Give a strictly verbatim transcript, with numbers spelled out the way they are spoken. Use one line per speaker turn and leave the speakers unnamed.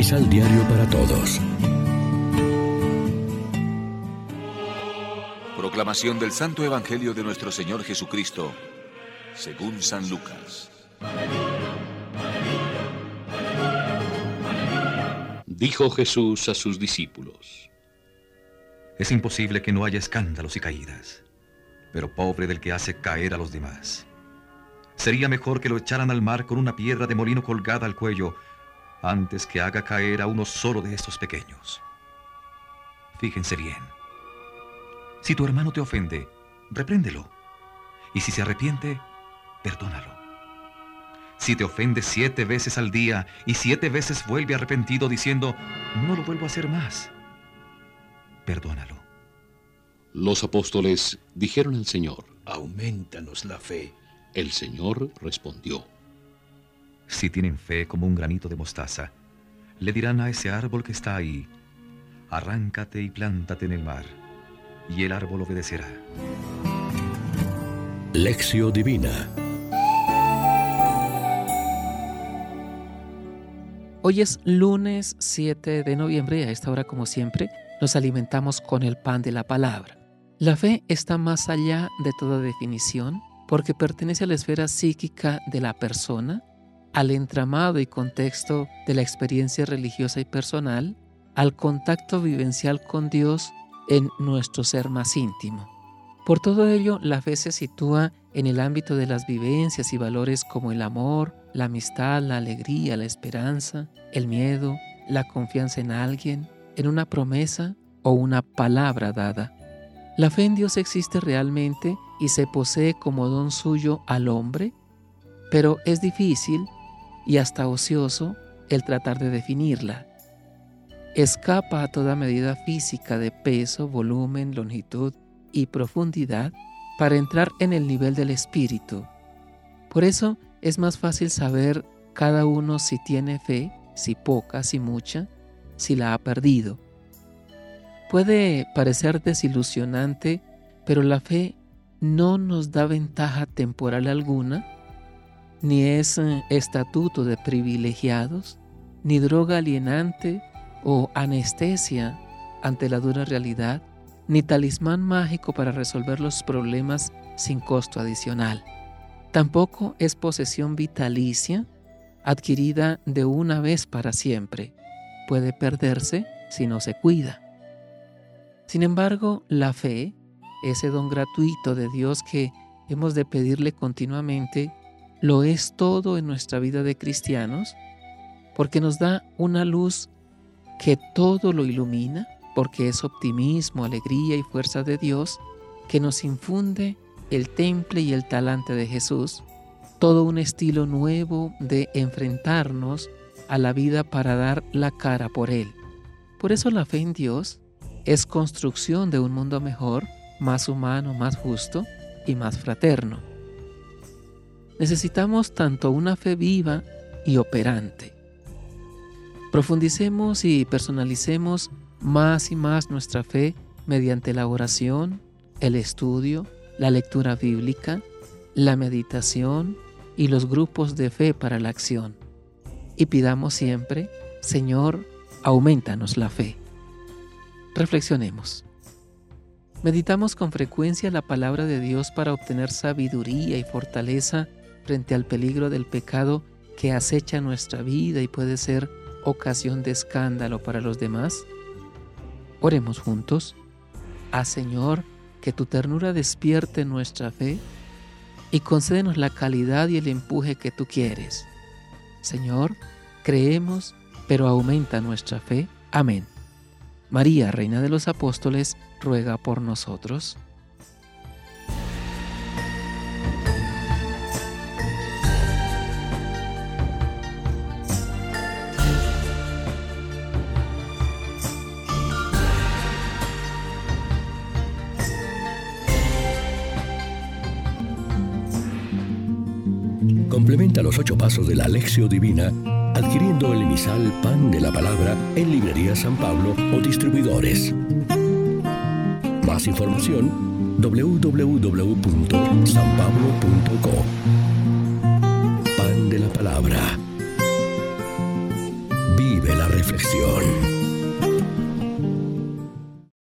Misal Diario para Todos.
Proclamación del Santo Evangelio de nuestro Señor Jesucristo, según San Lucas.
Dijo Jesús a sus discípulos:
Es imposible que no haya escándalos y caídas, pero pobre del que hace caer a los demás. Sería mejor que lo echaran al mar con una piedra de molino colgada al cuello, antes que haga caer a uno solo de estos pequeños. Fíjense bien. Si tu hermano te ofende, repréndelo. Y si se arrepiente, perdónalo. Si te ofende siete veces al día y siete veces vuelve arrepentido diciendo, no lo vuelvo a hacer más, perdónalo.
Los apóstoles dijeron al Señor:
Aumentanos la fe.
El Señor respondió:
Si tienen fe como un granito de mostaza, le dirán a ese árbol que está ahí, arráncate y plántate en el mar, y el árbol obedecerá.
Lección Divina.
Hoy es lunes siete de noviembre y a esta hora, como siempre, nos alimentamos con el pan de la palabra. La fe está más allá de toda definición porque pertenece a la esfera psíquica de la persona, al entramado y contexto de la experiencia religiosa y personal, al contacto vivencial con Dios en nuestro ser más íntimo. Por todo ello, la fe se sitúa en el ámbito de las vivencias y valores como el amor, la amistad, la alegría, la esperanza, el miedo, la confianza en alguien, en una promesa o una palabra dada. La fe en Dios existe realmente y se posee como don suyo al hombre, pero es difícil y hasta ocioso el tratar de definirla. Escapa a toda medida física de peso, volumen, longitud y profundidad para entrar en el nivel del espíritu. Por eso es más fácil saber cada uno si tiene fe, si poca, si mucha, si la ha perdido. Puede parecer desilusionante, pero la fe no nos da ventaja temporal alguna, ni es estatuto de privilegiados, ni droga alienante o anestesia ante la dura realidad, ni talismán mágico para resolver los problemas sin costo adicional. Tampoco es posesión vitalicia adquirida de una vez para siempre. Puede perderse si no se cuida. Sin embargo, la fe, ese don gratuito de Dios que hemos de pedirle continuamente, lo es todo en nuestra vida de cristianos, porque nos da una luz que todo lo ilumina, porque es optimismo, alegría y fuerza de Dios, que nos infunde el temple y el talante de Jesús, todo un estilo nuevo de enfrentarnos a la vida para dar la cara por Él. Por eso la fe en Dios es construcción de un mundo mejor, más humano, más justo y más fraterno. Necesitamos tanto una fe viva y operante. Profundicemos y personalicemos más y más nuestra fe mediante la oración, el estudio, la lectura bíblica, la meditación y los grupos de fe para la acción. Y pidamos siempre: Señor, aumentanos la fe. Reflexionemos. Meditamos con frecuencia la palabra de Dios para obtener sabiduría y fortaleza frente al peligro del pecado que acecha nuestra vida y puede ser ocasión de escándalo para los demás. Oremos juntos. Haz, Señor, que tu ternura despierte nuestra fe y concédenos la calidad y el empuje que tú quieres. Señor, creemos, pero aumenta nuestra fe. Amén. María, Reina de los Apóstoles, ruega por nosotros.
Complementa los ocho pasos de la Lección Divina adquiriendo el emisal Pan de la Palabra en Librería San Pablo o distribuidores. Más información: doble u doble u doble u punto san pablo punto co. Pan de la Palabra. Vive la reflexión.